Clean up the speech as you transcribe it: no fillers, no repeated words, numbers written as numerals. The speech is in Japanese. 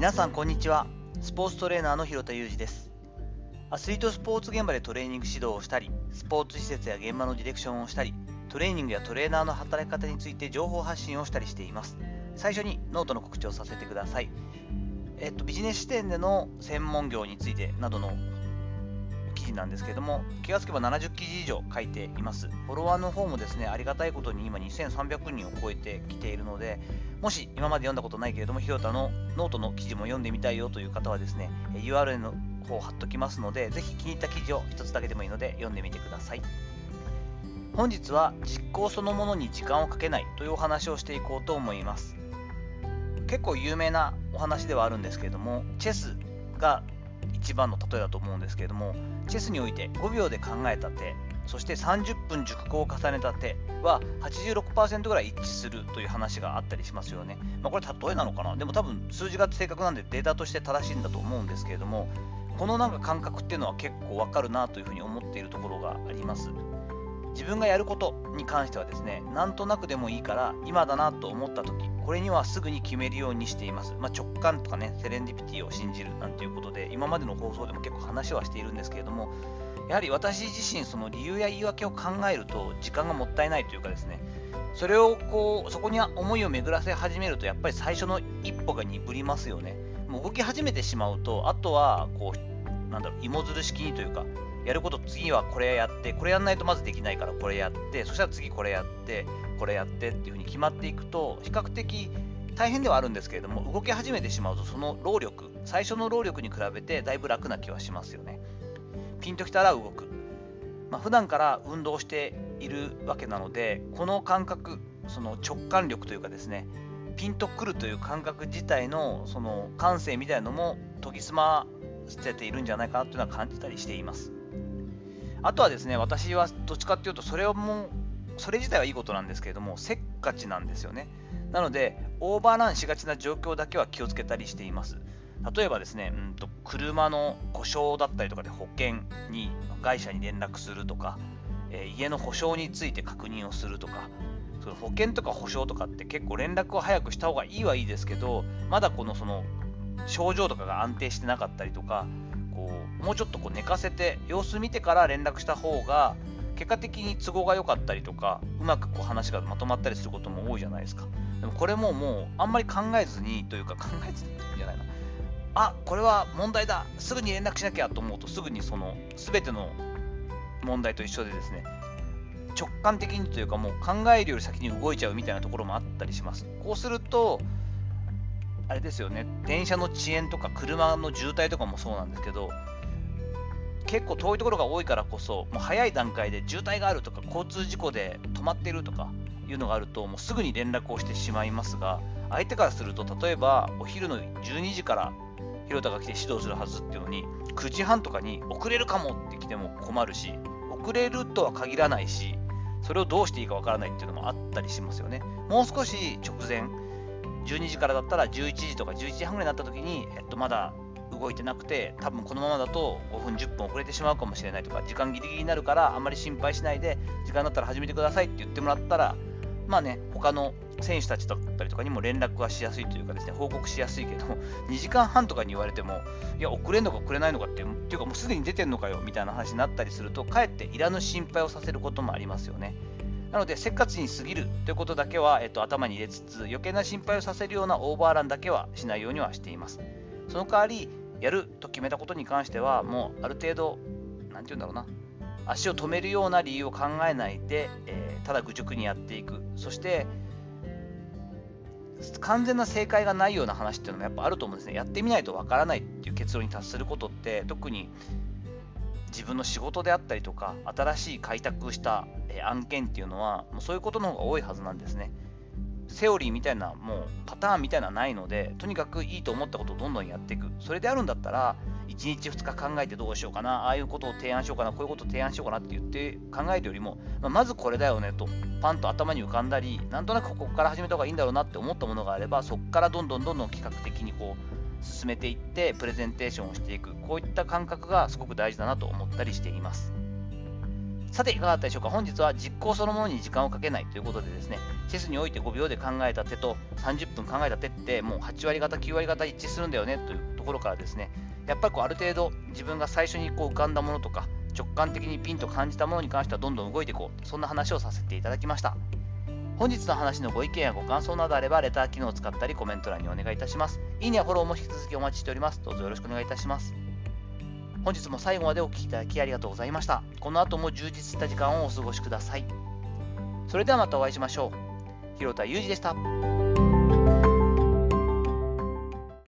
皆さんこんにちは。スポーツトレーナーの広田裕二です。アスリートスポーツ現場でトレーニング指導をしたり、スポーツ施設や現場のディレクションをしたり、トレーニングやトレーナーの働き方について情報発信をしたりしています。最初にノートの告知をさせてください。ビジネス視点での専門業についてなどの記事なんですけれども、気がつけば70記事以上書いています。フォロワーの方もですね、ありがたいことに今2300人を超えてきているので、もし今まで読んだことないけれども、広田のノートの記事も読んでみたいよという方はですね、URL の方を貼っときますので、ぜひ気に入った記事を一つだけでもいいので読んでみてください。本日は実行そのものに時間をかけないというお話をしていこうと思います。結構有名なお話ではあるんですけれども、チェスが一番の例えだと思うんですけれども、チェスにおいて5秒で考えた手、そして30分熟考を重ねた手は 86% ぐらい一致するという話があったりしますよね。これ例えなのかな。でも多分数字が正確なんでデータとして正しいんだと思うんですけれども、この感覚っていうのは結構わかるなというふうに思っているところがあります。自分がやることに関してはですね、なんとなくでもいいから今だなと思った時、これにはすぐに決めるようにしています。直感とかね、セレンディピティを信じるなんていうことで、今までの放送でも結構話はしているんですけれども、やはり私自身その理由や言い訳を考えると時間がもったいないというかですね、それをそこに思いを巡らせ始めると、やっぱり最初の一歩が鈍りますよね。もう動き始めてしまうと、あとは芋づる式にというか、やること次はこれやって、これやんないとまずできないからこれやって、そしたら次これやって、これやってっていうふうに決まっていくと、比較的大変ではあるんですけれども、動き始めてしまうとその労力、最初の労力に比べてだいぶ楽な気はしますよね。ピンときたら動く。普段から運動しているわけなので、この感覚、その直感力というかですね、ピンとくるという感覚自体のその感性みたいなのも研ぎ澄ませているんじゃないかなというのは感じたりしています。あとはですね、私はどっちかっていうとそれ自体はいいことなんですけれども、せっかちなんですよね。なのでオーバーランしがちな状況だけは気をつけたりしています。例えばですね、車の故障だったりとかで保険に会社に連絡するとか、家の保証について確認をするとか、その保険とか保証とかって結構連絡を早くした方がいいはいいですけど、まだその症状とかが安定してなかったりとか、もうちょっと寝かせて様子見てから連絡した方が結果的に都合が良かったりとか、うまく話がまとまったりすることも多いじゃないですか。でもこれももうあんまり考えずにというか、考えずにじゃないな、これは問題だ、すぐに連絡しなきゃと思うと、すぐにその全ての問題と一緒でですね、直感的にというか、もう考えるより先に動いちゃうみたいなところもあったりします。こうするとあれですよね、電車の遅延とか車の渋滞とかもそうなんですけど、結構遠いところが多いからこそ、もう早い段階で渋滞があるとか交通事故で止まっているとかいうのがあると、もうすぐに連絡をしてしまいますが、相手からすると、例えばお昼の12時から広田が来て指導するはずっていうのに、9時半とかに遅れるかもって来ても困るし、遅れるとは限らないし、それをどうしていいかわからないっていうのもあったりしますよね。もう少し直前、12時からだったら11時とか11時半ぐらいになった時に、まだ動いてなくて、多分このままだと5分10分遅れてしまうかもしれないとか、時間ギリギリになるからあんまり心配しないで、時間だったら始めてくださいって言ってもらったら、他の選手たちだったりとかにも連絡はしやすいというかですね、報告しやすいけども、2時間半とかに言われても、いや遅れんのか遅れないのかっていうか、もうすでに出てんのかよみたいな話になったりすると、かえっていらぬ心配をさせることもありますよね。なのでせっかちに過ぎるということだけは、頭に入れつつ、余計な心配をさせるようなオーバーランだけはしないようにはしています。その代わり、やると決めたことに関しては、もうある程度、足を止めるような理由を考えないで、ただ愚直にやっていく。そして完全な正解がないような話っていうのもやっぱあると思うんですね。やってみないとわからないっていう結論に達することって、特に自分の仕事であったりとか、新しい開拓した案件っていうのは、もうそういうことの方が多いはずなんですね。セオリーみたいな、もうパターンみたいなのはないので、とにかくいいと思ったことをどんどんやっていく。それであるんだったら、1日2日考えてどうしようかな、ああいうことを提案しようかな、こういうことを提案しようかなって言って考えるよりも、まずこれだよねとパンと頭に浮かんだり、なんとなくここから始めた方がいいんだろうなって思ったものがあれば、そこからどんどん企画的に進めていってプレゼンテーションをしていく、こういった感覚がすごく大事だなと思ったりしています。 さていかがだったでしょうか。本日は実行そのものに時間をかけないということでですね、チェスにおいて5秒で考えた手と30分考えた手ってもう8割方9割方一致するんだよねというところからですね、やっぱりある程度自分が最初に浮かんだものとか直感的にピンと感じたものに関してはどんどん動いていこう、そんな話をさせていただきました。本日の話のご意見やご感想などあればレター機能を使ったりコメント欄にお願いいたします。いいねやフォローも引き続きお待ちしております。どうぞよろしくお願いいたします。本日も最後までお聞きいただきありがとうございました。この後も充実した時間をお過ごしください。それではまたお会いしましょう。広田裕二でした。